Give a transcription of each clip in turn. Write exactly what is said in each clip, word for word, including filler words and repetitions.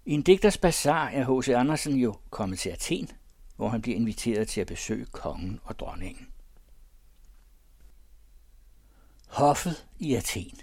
I en digters bazar er H C Andersen jo kommet til Athen, hvor han bliver inviteret til at besøge kongen og dronningen. Hoffet i Athen.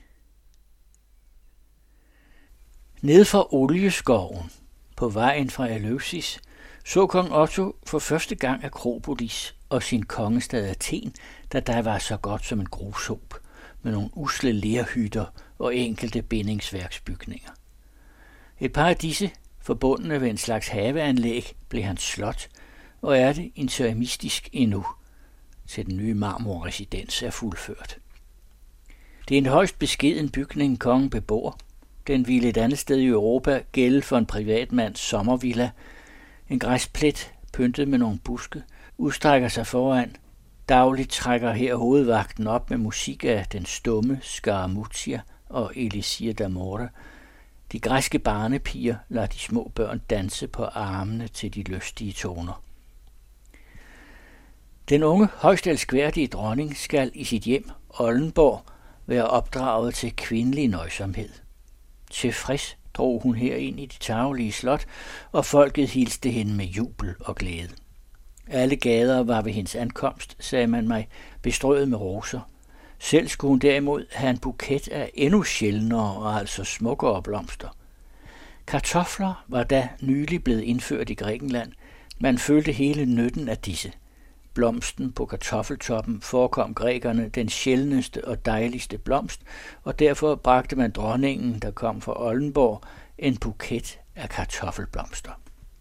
Ned fra olieskoven på vejen fra Eleusis så kong Otto for første gang Akropolis og sin kongestad Athen, da der var så godt som en grushob med nogle usle lerhytter og enkelte bindingsværksbygninger. Et par af disse, forbundne ved en slags haveanlæg, blev hans slot, og er det interimistisk endnu, til den nye marmorresidens er fuldført. Det er en højst beskeden bygning, kongen bebor. Den ville et andet sted i Europa gælde for en privatmands sommervilla. En græsplet, pyntet med nogle buske, udstrækker sig foran. Dagligt trækker her hovedvagten op med musik af den stumme Scaramuccia og Elisir d'Amore. De græske barnepiger lader de små børn danse på armene til de lystige toner. Den unge, højst elskværdige dronning skal i sit hjem, Oldenborg, være opdraget til kvindelig nøjsomhed. Tilfreds drog hun her ind i det tarvelige slot, og folket hilste hende med jubel og glæde. Alle gader var ved hendes ankomst, sagde man mig, bestrøget med roser. Selv skulle hun derimod have en buket af endnu sjældnere og altså smukkere blomster. Kartofler var da nylig blevet indført i Grækenland. Man følte hele nytten af disse. Blomsten på kartoffeltoppen forekom grækerne den sjældneste og dejligste blomst, og derfor bragte man dronningen, der kom fra Oldenborg, en buket af kartoffelblomster.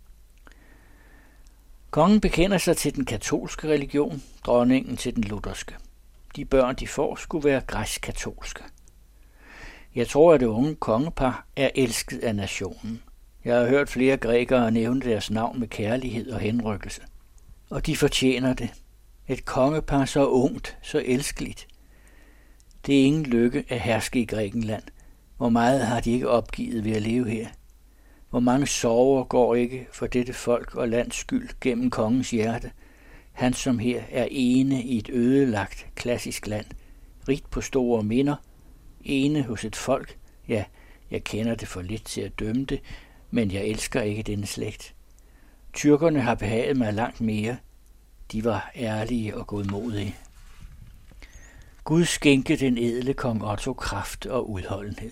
Kongen bekender sig til den katolske religion, dronningen til den lutherske. De børn, de får, skulle være græsk-katolske. Jeg tror, at det unge kongepar er elsket af nationen. Jeg har hørt flere grækere nævne deres navn med kærlighed og henrykkelse. Og de fortjener det. Et kongepar så ungt, så elskeligt. Det er ingen lykke at herske i Grækenland. Hvor meget har de ikke opgivet ved at leve her? Hvor mange sorger går ikke for dette folk og lands skyld gennem kongens hjerte? Han som her er ene i et ødelagt, klassisk land, rigt på store minder, ene hos et folk, ja, jeg kender det for lidt til at dømme det, men jeg elsker ikke denne slægt. Tyrkerne har behaget mig langt mere. De var ærlige og godmodige. Gud skænke den ædle kong Otto kraft og udholdenhed.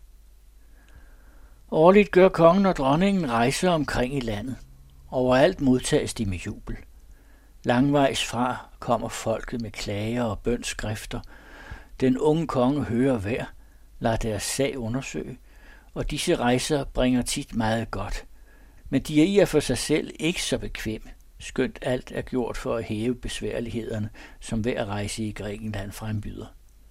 Årligt gør kongen og dronningen rejser omkring i landet. Overalt modtages de med jubel. Langvejs fra kommer folket med klager og bønskrifter. Den unge konge hører hver, lader deres sag undersøge, og disse rejser bringer tit meget godt. Men de er i og for sig selv ikke så bekvemme, skønt alt er gjort for at hæve besværlighederne, som hver rejse i Grækenland frembyder.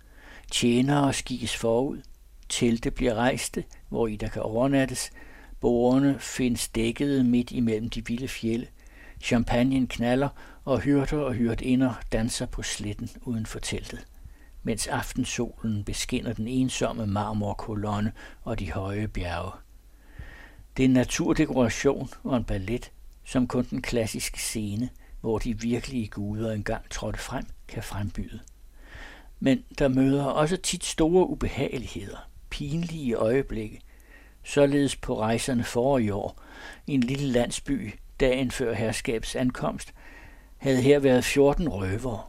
Tjenere skikkes forud, telte bliver rejste, hvor i der kan overnattes, bordene findes dækkede midt imellem de vilde fjelde, champagnen knaller, og hyrder og hyrdinder danser på sletten uden for teltet, mens aftensolen beskinner den ensomme marmorkolonne og de høje bjerge. Det er en naturdekoration og en ballet, som kun den klassiske scene, hvor de virkelige guder engang trådte frem, kan frembyde. Men der møder også tit store ubehageligheder, pinlige øjeblikke. Således på rejserne forrige år, i en lille landsby, dagen før herskabs ankomst, havde her været fjorten røvere.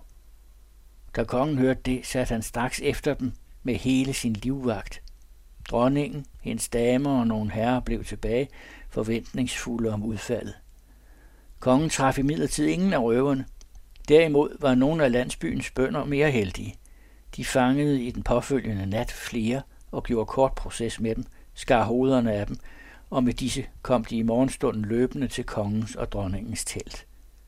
Da kongen hørte det, satte han straks efter dem med hele sin livvagt. Dronningen, hendes damer og nogle herrer blev tilbage, forventningsfulde om udfaldet. Kongen traf imidlertid ingen af røverne. Derimod var nogle af landsbyens bønder mere heldige. De fangede i den påfølgende nat flere og gjorde kort proces med dem, skar hovederne af dem, og med disse kom de i morgenstunden løbende til kongens og dronningens telt.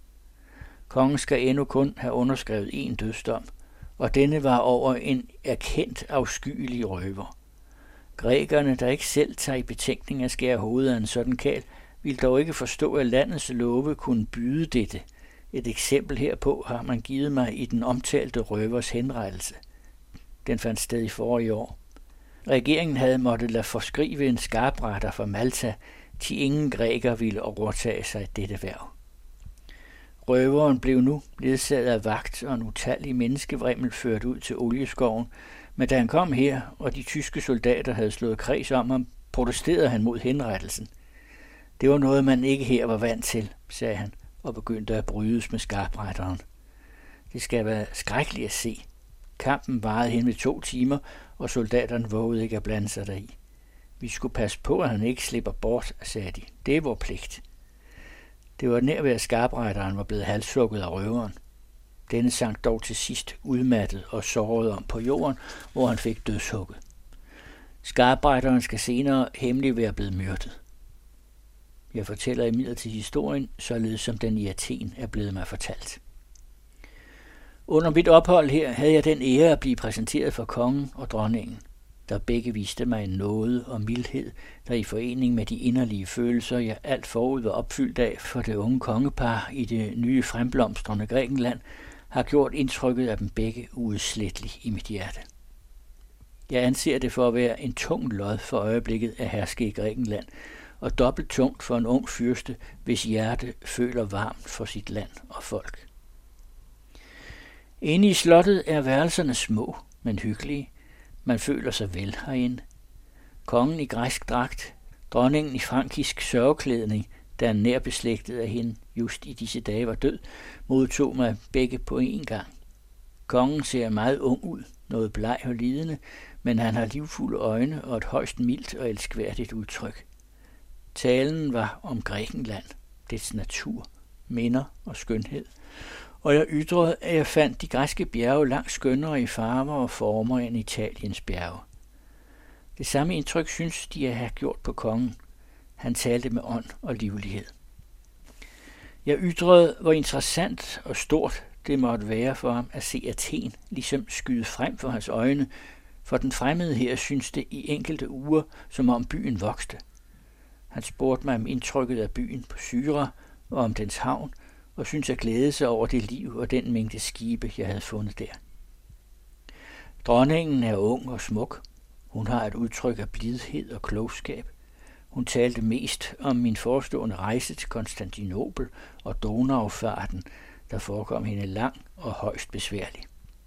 Kongen skal endnu kun have underskrevet en dødsdom, og denne var over en erkendt afskyelig røver. Grækerne, der ikke selv tager i betænkning at skære hovedet af en sådan kæl, ville dog ikke forstå, at landets love kunne byde dette. Et eksempel herpå har man givet mig i den omtalte røvers henrettelse. Den fandt sted i forrige år. Regeringen havde måttet lade forskrive en skarpretter fra Malta, til ingen græker ville overtage sig dette værv. Røveren blev nu ledsaget af vagt og en utallig menneskevrimmel ført ud til olieskoven, men da han kom her, og de tyske soldater havde slået kreds om ham, protesterede han mod henrettelsen. Det var noget, man ikke her var vant til, sagde han, og begyndte at brydes med skarpretteren. Det skal være skrækkeligt at se. Kampen varede hen ved to timer, og soldaterne vågede ikke at blande sig deri. Vi skulle passe på, at han ikke slipper bort, sagde de. Det er vor pligt. Det var nær ved, at skarpretteren var blevet halshugget af røveren. Denne sank dog til sidst udmattet og såret om på jorden, hvor han fik dødshugget. Skarpretteren skal senere hemmeligt være blevet myrdet. Jeg fortæller imidlertid historien, således som den i Athen er blevet mig fortalt. Under mit ophold her havde jeg den ære at blive præsenteret for kongen og dronningen, der begge viste mig en nåde og mildhed, der i forening med de inderlige følelser, jeg alt forud var opfyldt af for det unge kongepar i det nye fremblomstrende Grækenland, har gjort indtrykket af dem begge uudsletteligt i mit hjerte. Jeg anser det for at være en tung lod for øjeblikket at herske i Grækenland, og dobbelt tungt for en ung fyrste, hvis hjerte føler varmt for sit land og folk. Inde i slottet er værelserne små, men hyggelige. Man føler sig vel herinde. Kongen i græsk dragt, dronningen i frankisk sørgeklædning, der er nærbeslægtet af hende just i disse dage var død, modtog mig begge på én gang. Kongen ser meget ung ud, noget bleg og lidende, men han har livfulde øjne og et højst mildt og elskværdigt udtryk. Talen var om Grækenland, dets natur, minder og skønhed, og jeg ytrede, at jeg fandt de græske bjerge langt skønnere i farver og former end Italiens bjerge. Det samme indtryk synes de at have gjort på kongen. Han talte med ånd og livlighed. Jeg ytrede, hvor interessant og stort det måtte være for ham at se Athen ligesom skyde frem for hans øjne, for den fremmede her synes det i enkelte uger, som om byen vokste. Han spurgte mig om indtrykket af byen på Syra og om dens havn, og syntes at glæde sig over det liv og den mængde skibe, jeg havde fundet der. Dronningen er ung og smuk. Hun har et udtryk af blidhed og klogskab. Hun talte mest om min forestående rejse til Konstantinopel og Donaufarten, der forekom hende lang og højst besværlig.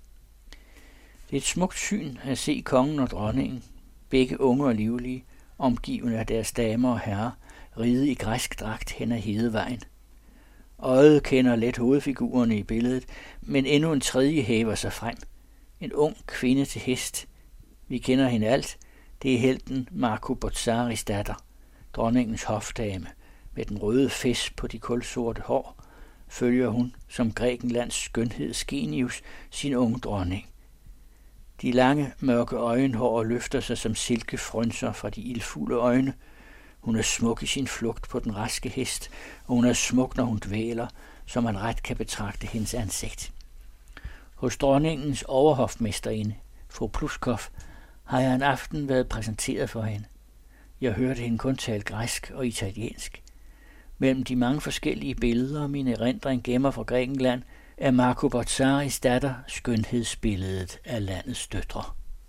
Det er et smukt syn at se kongen og dronningen, begge unge og livlige, omgivende af deres damer og herrer, ride i græsk dragt hen ad hedevejen. Øjet kender let hovedfigurerne i billedet, men endnu en tredje hæver sig frem. En ung kvinde til hest. Vi kender hende alt. Det er helten Marco Bozzaris datter, dronningens hofdame. Med den røde fes på de kulsorte hår følger hun som Grækenlands skønheds genius sin unge dronning. De lange, mørke øjenhår løfter sig som silkefrynser fra de ildfulde øjne. Hun er smuk i sin flugt på den raske hest, og hun er smuk, når hun dvæler, så man ret kan betragte hendes ansigt. Hos dronningens overhofmesterinde, fru Pluskov, har jeg en aften været præsenteret for hende. Jeg hørte hende kun tale græsk og italiensk. Mellem de mange forskellige billeder, mine erindring gemmer fra Grækenland, er Marco Bozzaris datter skønhedsbilledet af landets døtre.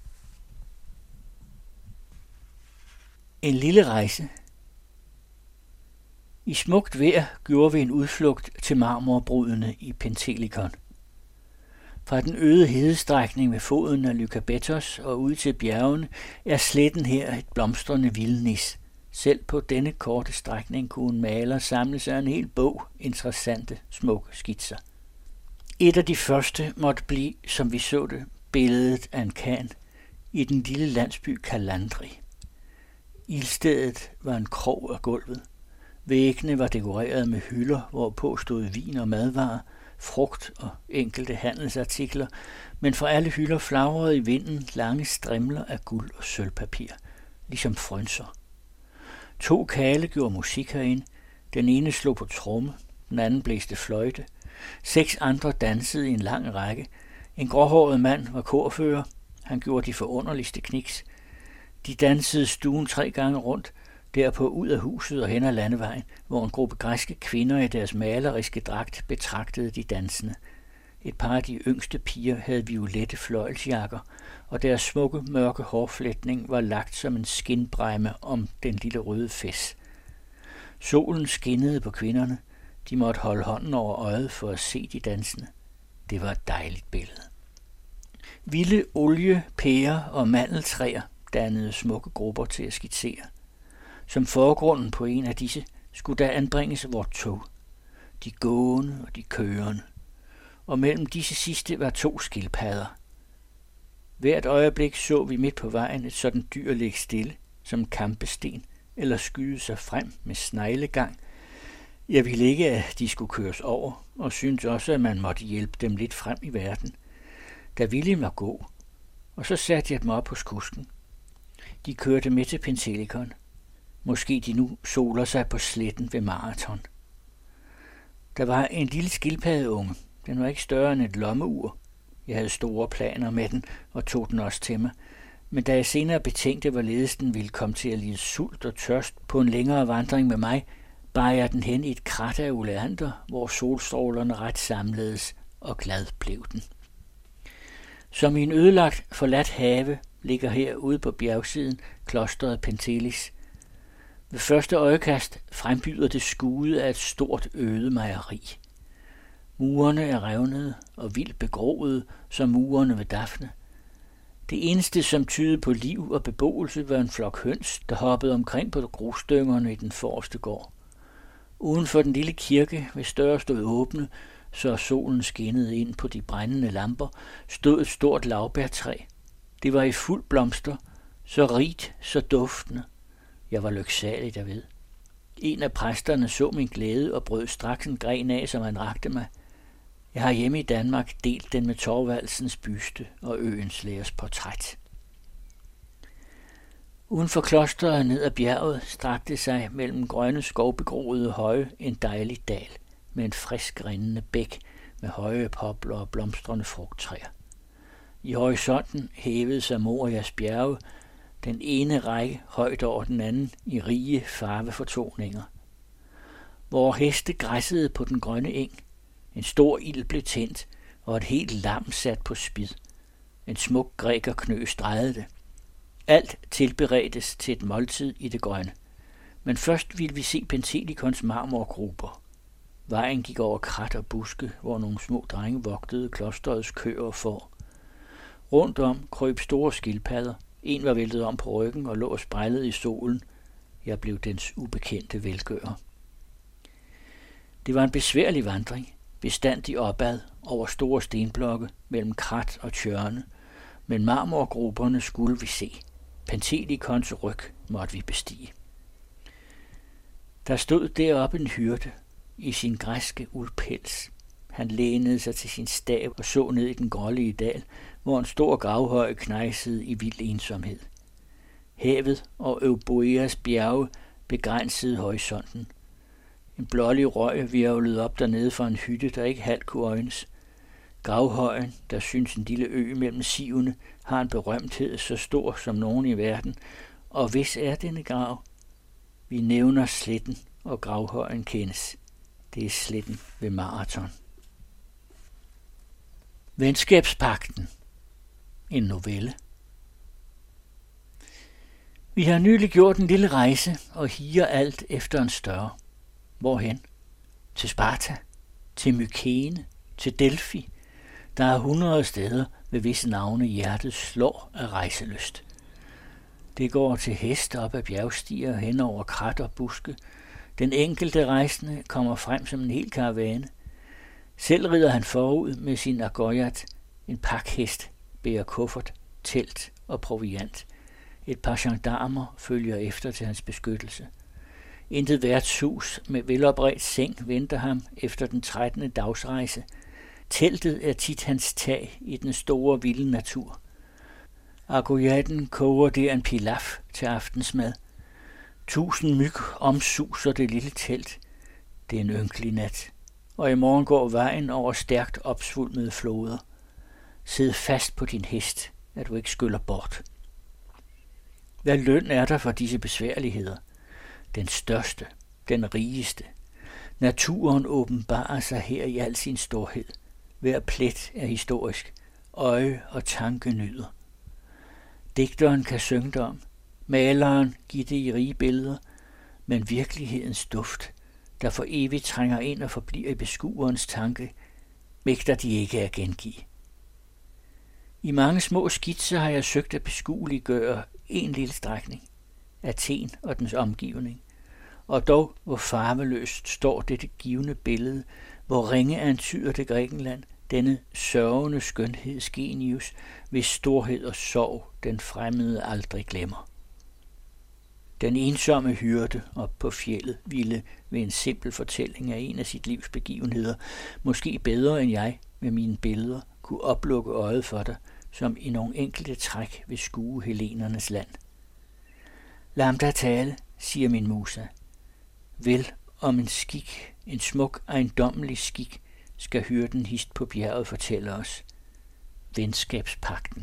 En lille rejse. I smukt vejr gjorde vi en udflugt til marmorbrudene i Pentelikon. Fra den øde hedestrækning ved foden af Lykabetos og ud til bjergene er sletten her et blomstrende vildnis. Selv på denne korte strækning kunne en maler samle sig en hel bog interessante, smukke skitser. Et af de første måtte blive, som vi så det, billedet af en kan i den lille landsby Kalandri. Ildstedet var en krog af gulvet. Væggene var dekoreret med hylder, hvorpå stod vin og madvarer, frugt og enkelte handelsartikler, men fra alle hylder flagrede i vinden lange strimler af guld og sølvpapir, ligesom frynser. To kale gjorde musik herinde. Den ene slog på tromme, den anden blæste fløjte. Seks andre dansede i en lang række. En gråhåret mand var korfører. Han gjorde de forunderligste kniks. De dansede stuen tre gange rundt, derpå ud af huset og hen ad landevejen, hvor en gruppe græske kvinder i deres maleriske dragt betragtede de dansende. Et par af de yngste piger havde violette fløjelsjakker, og deres smukke, mørke hårflætning var lagt som en skinbræmme om den lille røde fes. Solen skinnede på kvinderne. De måtte holde hånden over øjet for at se de dansende. Det var et dejligt billede. Vilde olie, pærer og mandeltræer dannede smukke grupper til at skitsere. Som forgrunden på en af disse skulle der anbringes vort tog, de gående og de kørende, og mellem disse sidste var to skildpadder. Hvert øjeblik så vi midt på vejen et sådan dyr ligge stille, som kampesten, eller skyde sig frem med sneglegang. Jeg ville ikke, at de skulle køres over, og syntes også, at man måtte hjælpe dem lidt frem i verden. Da ville mig gå, og så satte jeg dem op hos kusken. De kørte med til Pentelikon. Måske de nu soler sig på sletten ved maraton. Der var en lille skildpaddeunge. Den var ikke større end et lommeur. Jeg havde store planer med den og tog den også til mig. Men da jeg senere betænkte, hvorledes den ville komme til at lide sult og tørst på en længere vandring med mig, bar jeg den hen i et krat af oleander, hvor solstrålerne ret samledes, og glad blev den. Som i en ødelagt, forladt have ligger her ude på bjergsiden klosteret Pentelis. Ved første øjekast frembyder det skude af et stort øde mejeri. Murene er revnede og vildt begroede, som murene ved Daphne. Det eneste, som tydede på liv og beboelse, var en flok høns, der hoppede omkring på grusdyngerne i den forreste gård. Uden for den lille kirke, hvis døre stod åbne, så solen skinnede ind på de brændende lamper, stod et stort laurbærtræ. Det var i fuld blomster, så rigt, så duftende. Jeg var lyksalig derved. En af præsterne så min glæde og brød straks en gren af, som han rakte mig. Jeg har hjemme i Danmark delt den med Thorvaldsens byste og Øenslagers portræt. Uden for klosteret ned ad bjerget strakte sig mellem grønne skovbegroede høje en dejlig dal med en frisk rindende bæk med høje popler og blomstrende frugttræer. I horisonten hævede sig Morias bjerge, den ene række højt over den anden i rige farvefortoninger. Hvor heste græssede på den grønne eng. En stor ild blev tændt, og et helt lam sat på spid. En smuk grækerknø stregede det. Alt tilberedtes til et måltid i det grønne. Men først ville vi se Pentelikons marmorgruber. Vejen gik over krat og buske, hvor nogle små drenge vogtede klosterets køer og får. Rundt om krøb store skildpadder. En var væltet om på ryggen og lå spejlet i solen. Jeg blev dens ubekendte velgører. Det var en besværlig vandring, bestandig opad over store stenblokke mellem krat og tjørne, men marmorgrupperne skulle vi se. Pentelikons ryg måtte vi bestige. Der stod deroppe en hyrde i sin græske uldpels. Han lænede sig til sin stav og så ned i den grålige dal, hvor en stor gravhøj knejsede i vild ensomhed. Havet og Euboeas bjerge begrænsede horisonten. En blålig røg virvlede op dernede fra en hytte, der ikke halvt kunne øjnes. Gravhøjen, der synes en lille ø mellem sivene, har en berømthed så stor som nogen i verden. Og hvis er denne grav? Vi nævner sletten, og gravhøjen kendes. Det er sletten ved Marathon. Venskabspagten. En novelle. Vi har nylig gjort en lille rejse og higer alt efter en større. Hvorhen? Til Sparta, til Mykene, til Delphi. Der er hundrede steder, ved visse navne hjertet slår af rejselyst. Det går til hest op ad bjergstiger hen over krat og buske. Den enkelte rejsende kommer frem som en hel karavane. Selv rider han forud med sin agoyat, en pakhest, bærer kuffert, telt og proviant. Et par gendarmer følger efter til hans beskyttelse. Intet værtshus med velopredt seng venter ham efter den trettende dagsrejse. Teltet er tit hans tag i den store vilde natur. Agoyaten koger der en pilaf til aftensmad. Tusind myg omsuser det lille telt. Det er en ynkelig nat, og i morgen går vejen over stærkt opsvulmede floder. Sid fast på din hest, at du ikke skyller bort. Hvad løn er der for disse besværligheder? Den største, den rigeste. Naturen åbenbarer sig her i al sin storhed. Hver plet er historisk. Øje og tanke nyder. Digteren kan synge det om. Maleren giver det i rige billeder. Men virkelighedens duft, der for evigt trænger ind og forbliver i beskuerens tanke, vægter de ikke at gengive. I mange små skitser har jeg søgt at beskueliggøre en lille strækning. Athen og dens omgivning. Og dog, hvor farveløst står dette givende billede, hvor ringe antyder det Grækenland, denne sørgende skønheds genius, hvis storhed og sorg den fremmede aldrig glemmer. Den ensomme hyrde op på fjeldet ville ved en simpel fortælling af en af sit livs begivenheder, måske bedre end jeg med mine billeder, kunne oplukke øjet for dig, som i nogle enkelte træk ved skue helenernes land. Lad ham da tale, siger min musa. Vel om en skik, en smuk ejendommelig skik, skal hyrden hist på bjerget fortælle os. Venskabspagten.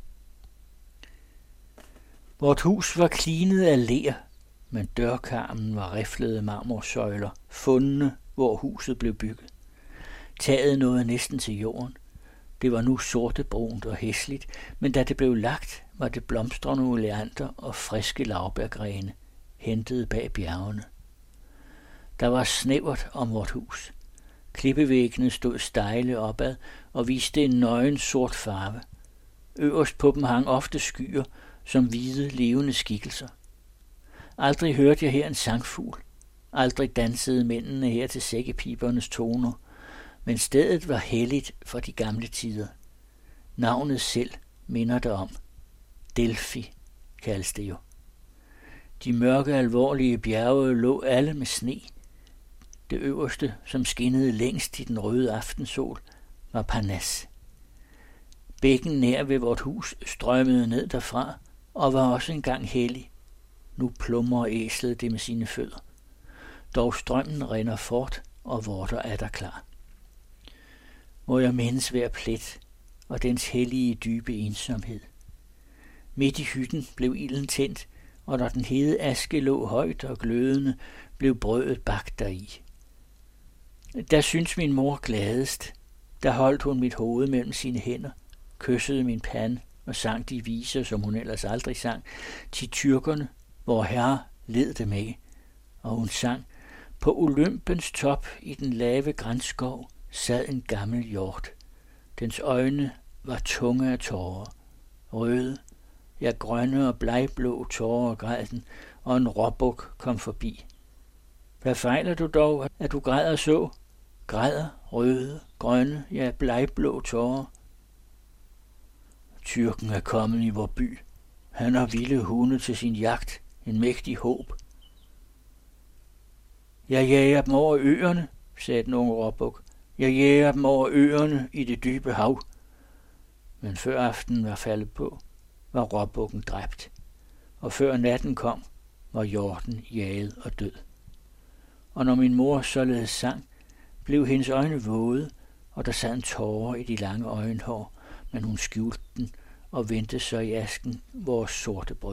Vort hus var klinet af ler, men dørkarmen var riflede marmorsøjler, fundne, hvor huset blev bygget. Taget nåede næsten til jorden. Det var nu sortebrunt og hæsligt, men da det blev lagt, var det blomstrende oleander og friske laurbærgrene, hentet bag bjergene. Der var snævert om vort hus. Klippevæggene stod stejle opad og viste en nøgen sort farve. Øverst på dem hang ofte skyer, som hvide levende skikkelser. Aldrig hørte jeg her en sangfugl. Aldrig dansede mændene her til sækkepibernes toner. Men stedet var helligt for de gamle tider. Navnet selv minder det om. Delphi kaldes det jo. De mørke, alvorlige bjerge lå alle med sne. Det øverste, som skinnede længst i den røde aftensol, var Parnas. Bækken nær ved vort hus strømmede ned derfra og var også engang hellig. Nu plumrer æslet det med sine fødder. Dog strømmen rinder fort, og vorter er der klar. Må jeg mindes hver plet og dens hellige dybe ensomhed. Midt i hytten blev ilden tændt, og når den hede aske lå højt og glødende, blev brødet bagt deri. Der syntes min mor gladest. Der holdt hun mit hoved mellem sine hænder, kyssede min pande og sang de viser, som hun ellers aldrig sang, til tyrkerne, hvor herre led dem af. Og hun sang, på Olympens top i den lave granskov sad en gammel hjort. Dens øjne var tunge af tårer, røde, ja grønne og blegblå tårer græd den, og en råbuk kom forbi. Hvad fejler du dog, at du græder så? Græder, røde, grønne, ja blegblå tårer. Tyrken er kommet i vor by. Han har vilde hunde til sin jagt, en mægtig håb. Jeg jager dem over øerne, sagde den unge råbuk. Jeg jager dem over øerne i det dybe hav. Men før aftenen var faldet på, var råbukken dræbt, og før natten kom, var hjorten jaget og død. Og når min mor således sang, blev hendes øjne våde, og der sad en tårer i de lange øjenhår, men hun skjulte den og vendte sig i asken vores sorte brød.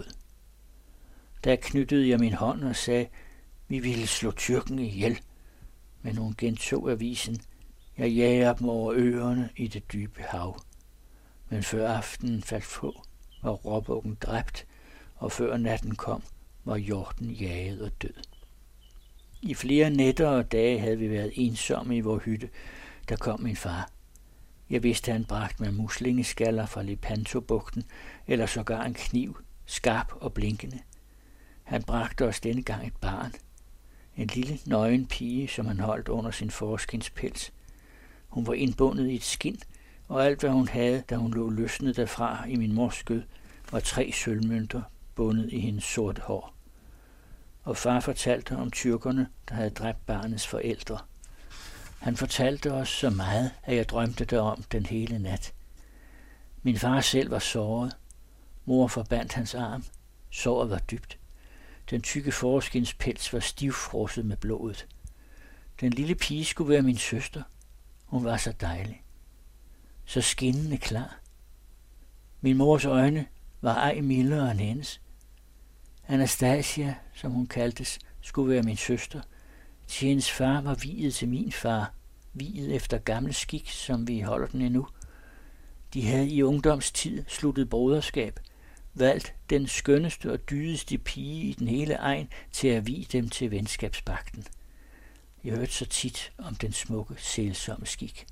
Der knyttede jeg min hånd og sagde, vi ville slå tyrken ihjel, men hun gentog avisen, jeg jager dem over øerne i det dybe hav. Men før aftenen faldt på, var råbukken dræbt, og før natten kom, var hjorten jaget og død. I flere nætter og dage havde vi været ensomme i vor hytte, der kom min far. Jeg vidste, han bragte med muslingeskaller fra Lepanto-bugten, eller sågar en kniv, skarp og blinkende. Han bragte os denne gang et barn. En lille nøgen pige, som han holdt under sin forskinspels. Hun var indbundet i et skind, og alt hvad hun havde, da hun lå løsnet derfra i min mors skød, var tre sølvmønter bundet i hendes sorte hår. Og far fortalte om tyrkerne, der havde dræbt barnets forældre. Han fortalte os så meget, at jeg drømte derom den hele nat. Min far selv var såret. Mor forbandt hans arm. Såret var dybt. Den tykke forskinspels var stivfrosset med blodet. Den lille pige skulle være min søster. Hun var så dejlig. Så skinnende klar. Min mors øjne var ej mildere end hendes. Anastasia, som hun kaldtes, skulle være min søster. Til hendes far var viet til min far, viet efter gammel skik, som vi holder den endnu. De havde i ungdomstid sluttet broderskab, valgt den skønneste og dydeste pige i den hele egen til at vie dem til venskabspagten. Jeg hørte så tit om den smukke, sælsomme skik.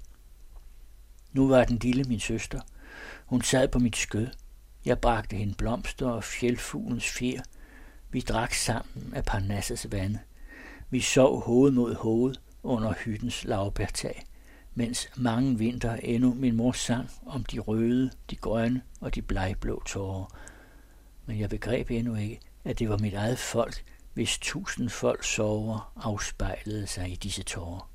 Nu var den lille min søster. Hun sad på mit skød. Jeg bragte hende blomster og fjeldfuglens fjer. Vi drak sammen af Parnasses vande. Vi sov hoved mod hoved under hyttens laurbærtag, mens mange vinter endnu min mor sang om de røde, de grønne og de blegblå tårer. Men jeg begreb endnu ikke, at det var mit eget folk, hvis tusind folk sorger afspejlede sig i disse tårer.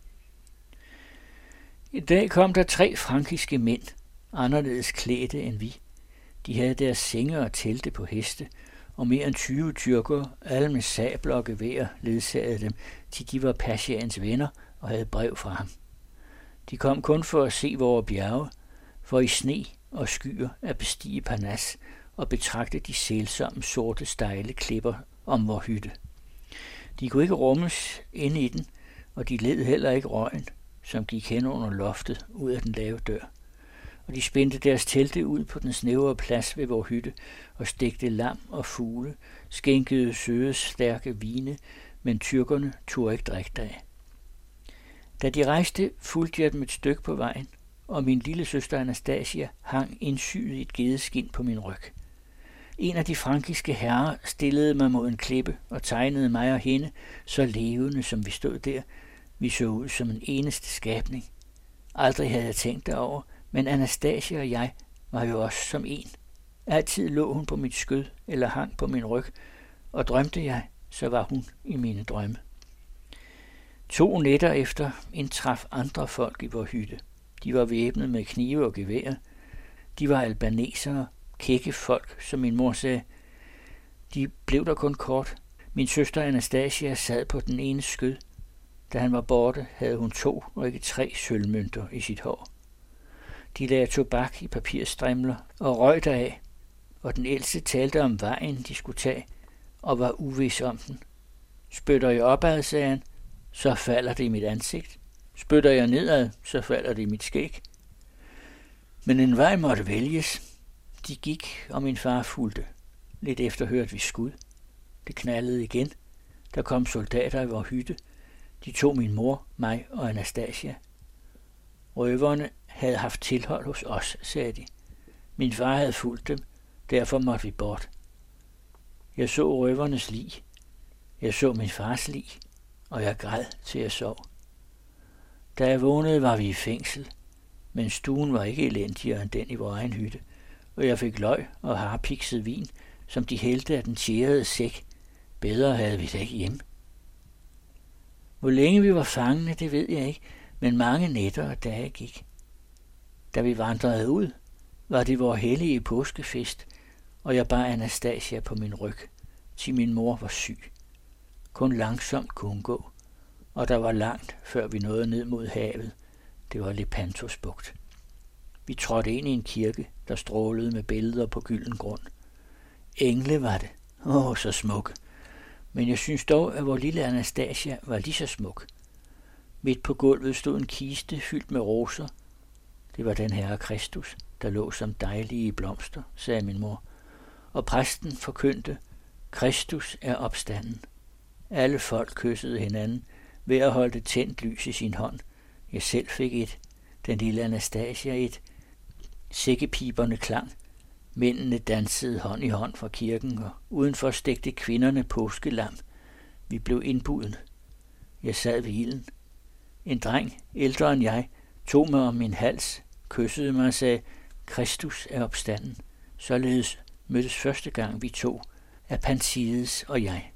I dag kom der tre frankiske mænd, anderledes klædte end vi. De havde deres senge og telte på heste, og mere end tyve tyrkere, alle med sabler og gevær, ledsagede dem, til de var Pashaens venner og havde brev fra ham. De kom kun for at se vores bjerge, for i sne og skyer at bestige Parnas og betragte de sælsomme sorte stejle klipper om vor hytte. De kunne ikke rummes inde i den, og de led heller ikke røgen, som gik hen under loftet ud af den lave dør. Og de spændte deres telte ud på den snævre plads ved vor hytte og stegte lam og fugle, skænkede søde, stærke vine, men tyrkerne turde ikke drikke af. Da de rejste, fulgte jeg dem et stykke på vejen, og min lille søster Anastasia hang indsyet i et gedeskin på min ryg. En af de frankiske herrer stillede mig mod en klippe og tegnede mig og hende, så levende som vi stod der. Vi så ud som en eneste skabning. Aldrig havde jeg tænkt derover, men Anastasia og jeg var jo også som en. Altid lå hun på mit skød eller hang på min ryg, og drømte jeg, så var hun i mine drømme. To nætter efter indtraf andre folk i vor hytte. De var væbnet med knive og geværer. De var albanesere, kække folk, som min mor sagde. De blev der kun kort. Min søster Anastasia sad på den ene skød. Da han var borte, havde hun to og ikke tre sølvmønter i sit hår. De lagde tobak i papirstrimler og røg deraf, og den ældste talte om vejen, de skulle tage, og var uvis om den. Spytter jeg opad, sagde han, så falder det i mit ansigt. Spytter jeg nedad, så falder det i mit skæg. Men en vej måtte vælges. De gik, og min far fulgte. Lidt efter hørte vi skud. Det knaldede igen. Der kom soldater i vor hytte. De tog min mor, mig og Anastasia. Røverne havde haft tilhold hos os, sagde de. Min far havde fulgt dem, derfor måtte vi bort. Jeg så røvernes lig. Jeg så min fars lig, og jeg græd til jeg sov. Da jeg vågnede, var vi i fængsel, men stuen var ikke elendigere end den i vores egen hytte, og jeg fik løg og harpikset vin, som de hældte af den tjærede sæk. Bedre havde vi da ikke hjemme. Hvor længe vi var fangene, det ved jeg ikke, men mange nætter og dage gik. Da vi vandrede ud, var det vor hellige påskefest, og jeg bar Anastasia på min ryg, til min mor var syg. Kun langsomt kunne hun gå, og der var langt, før vi nåede ned mod havet. Det var Lepantos bugt. Vi trådte ind i en kirke, der strålede med billeder på gylden grund. Engle var det. Åh, så smuk. Men jeg synes dog, at vor lille Anastasia var lige så smuk. Midt på gulvet stod en kiste fyldt med roser. Det var den Herre Kristus, der lå som dejlige blomster, sagde min mor. Og præsten forkyndte, Kristus er opstanden. Alle folk kyssede hinanden, ved at holde tændt lys i sin hånd. Jeg selv fik et, den lille Anastasia et. Sækkepiberne klang. Mændene dansede hånd i hånd fra kirken, og udenfor stegte kvinderne påskelam. Vi blev indbudt. Jeg sad ved ilden. En dreng, ældre end jeg, tog mig om min hals, kyssede mig og sagde, Kristus er opstanden. Således mødtes første gang vi to, Apantides og jeg.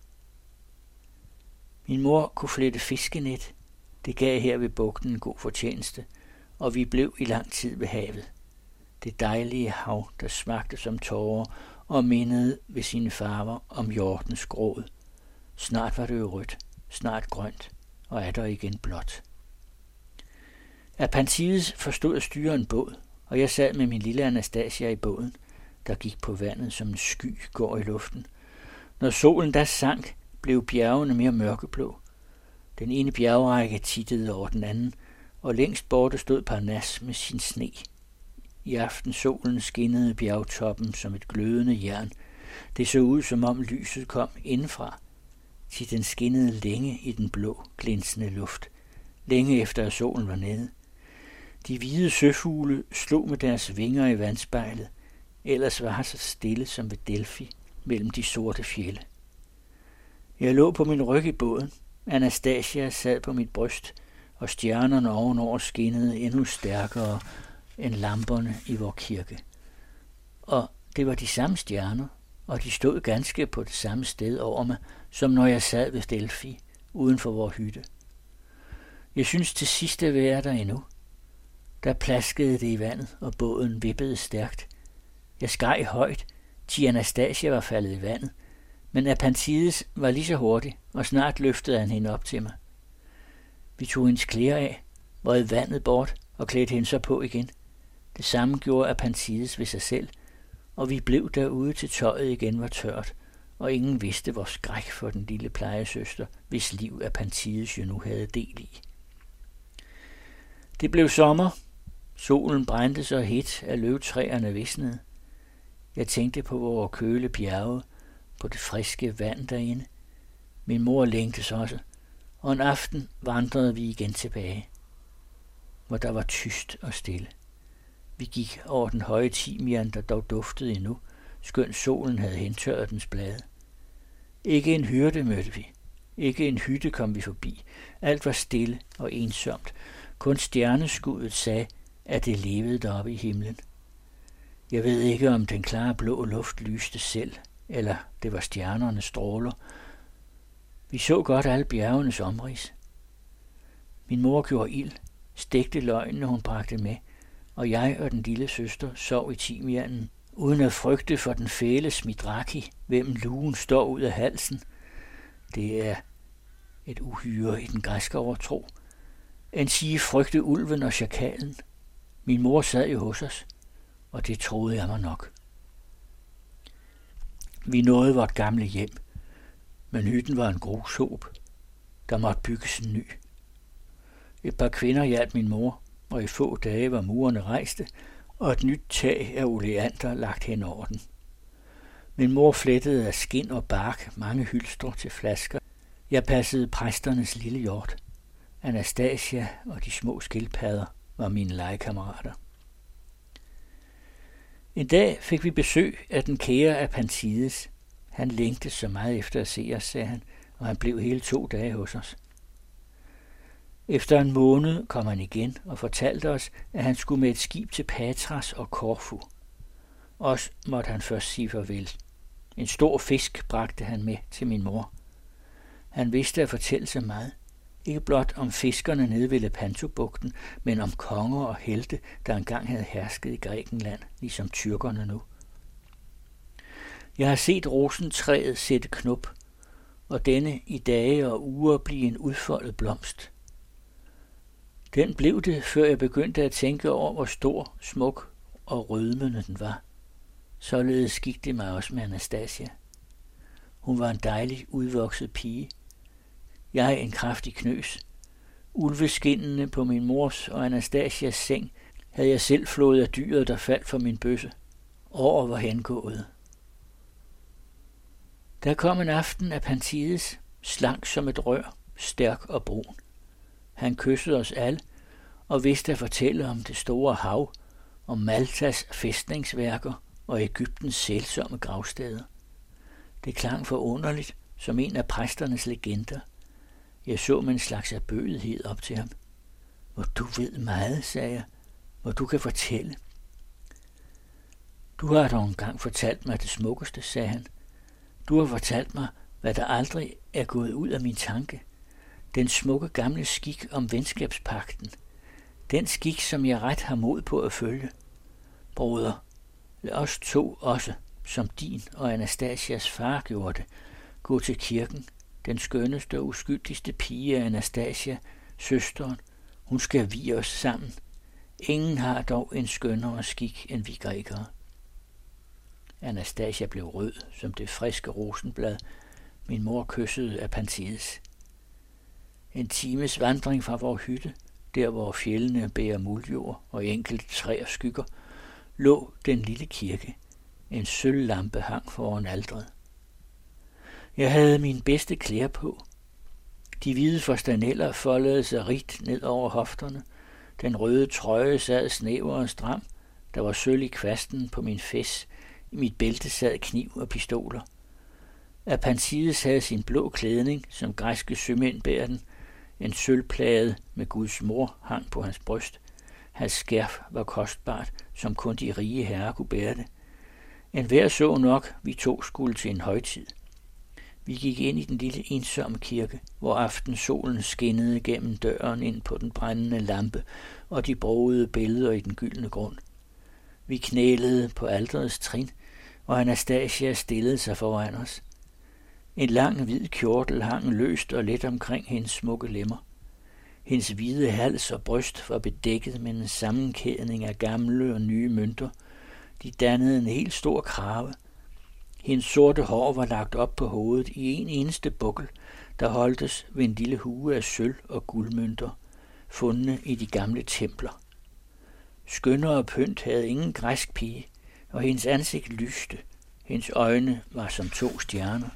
Min mor kunne flette fiskenet. Det gav her ved bugten en god fortjeneste, og vi blev i lang tid ved havet. Det dejlige hav, der smagte som tårer og mindede ved sine farver om hjortens gråd. Snart var det jo rødt, snart grønt, og er der igen blåt. Apantides forstod at styre en båd, og jeg sad med min lille Anastasia i båden, der gik på vandet som en sky går i luften. Når solen da sank, blev bjergene mere mørkeblå. Den ene bjergrække tittede over den anden, og længst borte stod Parnas med sin sne. I aftensolen skinnede bjergtoppen som et glødende jern. Det så ud, som om lyset kom indfra, til den skinnede længe i den blå, glinsende luft, længe efter at solen var nede. De hvide søfugle slog med deres vinger i vandspejlet, ellers var så stille som ved Delphi mellem de sorte fjelde. Jeg lå på min ryg i båden, Anastasia sad på mit bryst, og stjernerne ovenover skinnede endnu stærkere end lamperne i vor kirke. Og det var de samme stjerner, og de stod ganske på det samme sted over mig, som når jeg sad ved Delphi, uden for vor hytte. Jeg synes til sidst at være der endnu. Der plaskede det i vandet, og båden vippede stærkt. Jeg skreg højt, til Anastasia var faldet i vandet, men Apantides var lige så hurtig, og snart løftede han hende op til mig. Vi tog hendes klæder af, vred vandet bort og klædte hende så på igen. Det samme gjorde Apantides ved sig selv, og vi blev derude til tøjet igen var tørt, og ingen vidste vor skræk for den lille plejesøster, hvis liv Apantides jo nu havde del i. Det blev sommer. Solen brændte så hedt, at løvtræerne visnede. Jeg tænkte på vores køle bjerge, på det friske vand derinde. Min mor længtes også, og en aften vandrede vi igen tilbage, hvor der var tyst og stille. Vi gik over den høje timian, der dog duftede endnu, skønt solen havde hentørret dens blade. Ikke en hyrde mødte vi. Ikke en hytte kom vi forbi. Alt var stille og ensomt. Kun stjerneskuddet sagde, at det levede deroppe i himlen. Jeg ved ikke, om den klare blå luft lyste selv, eller det var stjernernes stråler. Vi så godt alle bjergenes omrids. Min mor gjorde ild, stegte løgene, hun bragte med, og jeg og den lille søster sov i timianen, uden at frygte for den fæle smidraki, hvem lugen står ud af halsen. Det er et uhyre i den græske overtro. En sige frygte ulven og sjakalen. Min mor sad jo hos os, og det troede jeg mig nok. Vi nåede vort gamle hjem, men hytten var en grushåb. Der måtte bygges en ny. Et par kvinder hjalp min mor, og i få dage var murene rejste, og et nyt tag af oleander lagt hen over den. Min mor flettede af skind og bark mange hylstre til flasker. Jeg passede præsternes lille hjort. Anastasia og de små skildpadder var mine legekammerater. En dag fik vi besøg af den kære Apantides. Han længtes så meget efter at se os, sagde han, og han blev hele to dage hos os. Efter en måned kom han igen og fortalte os, at han skulle med et skib til Patras og Korfu. Os måtte han først sige farvel. En stor fisk bragte han med til min mor. Han vidste at fortælle så meget. Ikke blot om fiskerne nede ved Lepantobugten, men om konger og helte, der engang havde hersket i Grækenland, ligesom tyrkerne nu. Jeg har set rosentræet sætte knop, og denne i dage og uger blive en udfoldet blomst. Den blev det, før jeg begyndte at tænke over, hvor stor, smuk og rødmende den var. Således gik det mig også med Anastasia. Hun var en dejlig, udvokset pige. Jeg en kraftig knøs. Ulveskinnene på min mors og Anastasias seng havde jeg selv flået af dyret, der faldt for min bøsse. Over var hengået. Der kom en aften Apantides, slank som et rør, stærk og brun. Han kyssede os alle og vidste at fortælle om det store hav, om Maltas fæstningsværker og Egyptens sælsomme gravsteder. Det klang forunderligt som en af præsternes legender. Jeg så med en slags erbødighed op til ham. Hvor du ved meget, sagde jeg, hvor du kan fortælle. Du har dog engang fortalt mig det smukkeste, sagde han. Du har fortalt mig, hvad der aldrig er gået ud af min tanke. Den smukke gamle skik om venskabspagten. Den skik, som jeg ret har mod på at følge. Broder, lad os to også, som din og Anastasias far gjorde det, gå til kirken. Den skønneste og uskyldigste pige af Anastasia, søsteren, hun skal vie os sammen. Ingen har dog en skønnere skik end vi grækere. Anastasia blev rød som det friske rosenblad. Min mor kyssede Apantides. En times vandring fra vor hytte, der hvor fjellene bærer muldjord og enkelte træer skygger, lå den lille kirke. En sølvlampe hang foran alteret. Jeg havde min bedste klæder på. De hvide forstaneller foldede sig rigt ned over hofterne. Den røde trøje sad snæver og stram. Der var sølv i kvasten på min fes. I mit bælte sad kniv og pistoler. Apantides havde sin blå klædning, som græske sømænd bærer den. En sølvplade med Guds mor hang på hans bryst. Hans skærf var kostbart, som kun de rige herrer kunne bære det. En hver så nok, vi to skulle til en højtid. Vi gik ind i den lille ensomme kirke, hvor aftensolen skinnede gennem døren ind på den brændende lampe og de brogede billeder i den gyldne grund. Vi knælede på alterets trin, og Anastasia stillede sig foran os. En lang hvid kjortel hang løst og let omkring hendes smukke lemmer. Hendes hvide hals og bryst var bedækket med en sammenkædning af gamle og nye mønter. De dannede en helt stor krave. Hendes sorte hår var lagt op på hovedet i en eneste bukkel, der holdtes ved en lille hue af sølv og guldmønter, fundne i de gamle templer. Skønnere pynt havde ingen græsk pige, og hendes ansigt lyste. Hendes øjne var som to stjerner.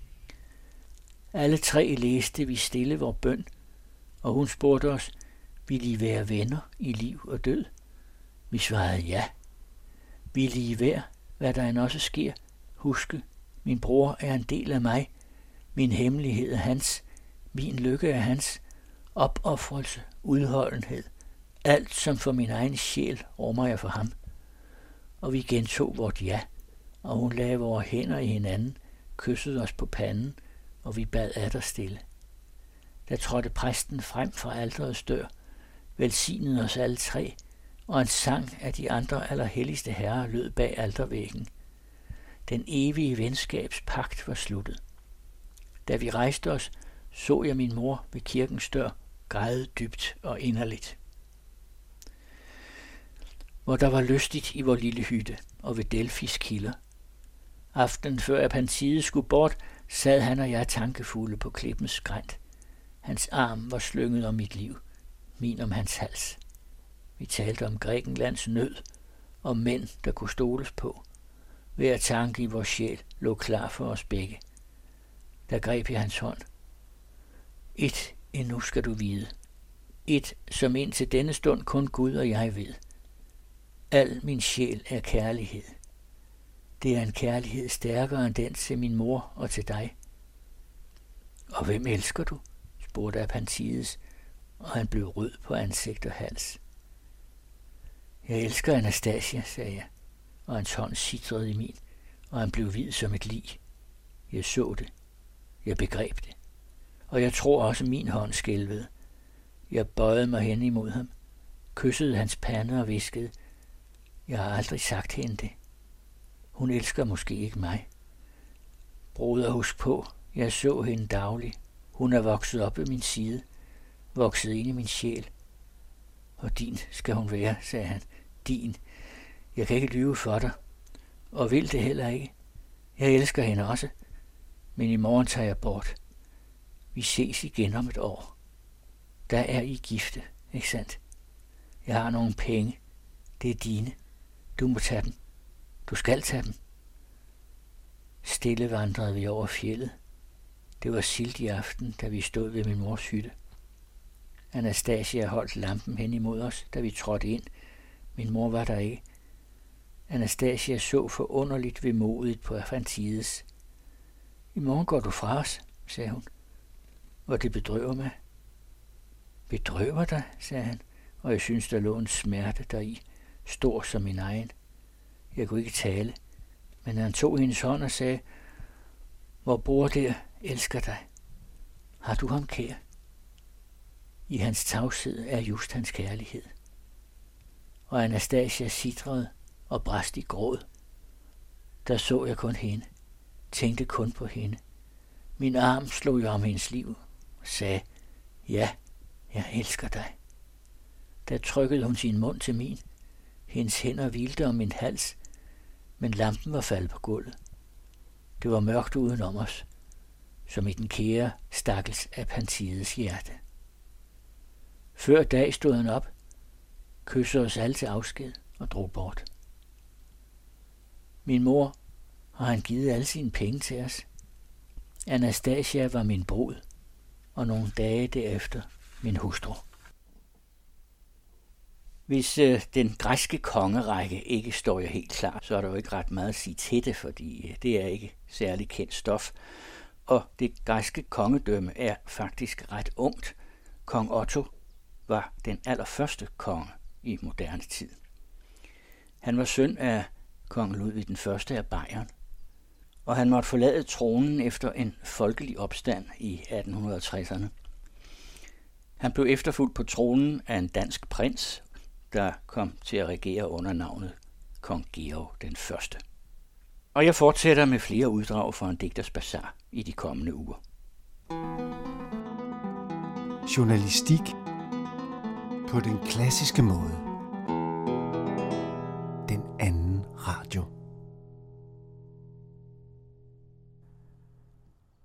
Alle tre læste vi stille vor bøn, og hun spurgte os, vil I være venner i liv og død? Vi svarede ja. Vil I hver, hvad der end også sker, huske, min bror er en del af mig, min hemmelighed er hans, min lykke er hans, opoffrelse, udholdenhed, alt som for min egen sjæl rummer jeg for ham. Og vi gentog vort ja, og hun lagde vores hænder i hinanden, kyssede os på panden, og vi bad atter stille. Der trådte præsten frem fra alterets dør, velsignede os alle tre, og en sang af de andre allerhelligste herrer lød bag altervæggen. Den evige venskabspagt var sluttet. Da vi rejste os, så jeg min mor ved kirkens dør græde dybt og inderligt. Hvor der var lystigt i vor lille hytte og ved Delfis kilder. Aftenen før Apantides skulle bort, sad han og jeg tankefulde på klippens skrænt. Hans arm var slynget om mit liv, min om hans hals. Vi talte om Grækenlands nød, om mænd, der kunne stoles på. Hver tanke i vores sjæl lå klar for os begge. Der greb jeg hans hånd. Et endnu skal du vide. Et, som indtil denne stund kun Gud og jeg ved. Al min sjæl er kærlighed. Det er en kærlighed stærkere end den til min mor og til dig. Og hvem elsker du? Spurgte Apantides, og han blev rød på ansigt og hals. Jeg elsker Anastasia, sagde jeg, og hans hånd sitrede i min, og han blev hvid som et lig. Jeg så det. Jeg begreb det. Og jeg tror også min hånd skælvede. Jeg bøjede mig hen imod ham, kyssede hans pande og viskede, jeg har aldrig sagt hende det. Hun elsker måske ikke mig. Broder, husk på, jeg så hende daglig. Hun er vokset op ved min side, vokset ind i min sjæl. Og din skal hun være, sagde han. Din. Jeg kan ikke lyve for dig, og vil det heller ikke. Jeg elsker hende også, men i morgen tager jeg bort. Vi ses igen om et år. Der er I gifte, ikke sandt? Jeg har nogle penge. Det er dine. Du må tage dem. Du skal tage dem. Stille vandrede vi over fjeldet. Det var silt i aften, da vi stod ved min mors hytte. Anastasia holdt lampen hen imod os, da vi trådte ind. Min mor var der ikke. Anastasia så forunderligt vemodigt på Apantides. I morgen går du fra os, sagde hun, og det bedrøver mig. Bedrøver dig, sagde han, og jeg synes, der lå en smerte deri, stor som min egen. Jeg kunne ikke tale, men han tog hendes hånd og sagde, vor bror der elsker dig. Har du ham kær? I hans tavshed er just hans kærlighed. Og Anastasia sitrede og brast i gråd. Der så jeg kun hende, tænkte kun på hende. Min arm slog jeg om hendes liv og sagde, ja, jeg elsker dig. Der trykkede hun sin mund til min. Hendes hænder hvilte om min hals, men lampen var faldet på gulvet. Det var mørkt udenom os, som i den kære stakkels Apantides hjerte. Før dag stod han op, kyssede os alle til afsked og drog bort. Min mor har han givet alle sine penge til os. Anastasia var min brud, og nogle dage derefter min hustru. Hvis øh, den græske kongerække ikke står jo helt klar, så er der jo ikke ret meget at sige til det, fordi det er ikke særlig kendt stof. Og det græske kongedømme er faktisk ret ungt. Kong Otto var den allerførste konge i moderne tid. Han var søn af kong Ludvig den første af Bayern, og han måtte forlade tronen efter en folkelig opstand i atten tresserne. Han blev efterfulgt på tronen af en dansk prins, der kom til at regere under navnet kong Georg den første. Og jeg fortsætter med flere uddrag fra en digters bazar i de kommende uger. Journalistik på den klassiske måde.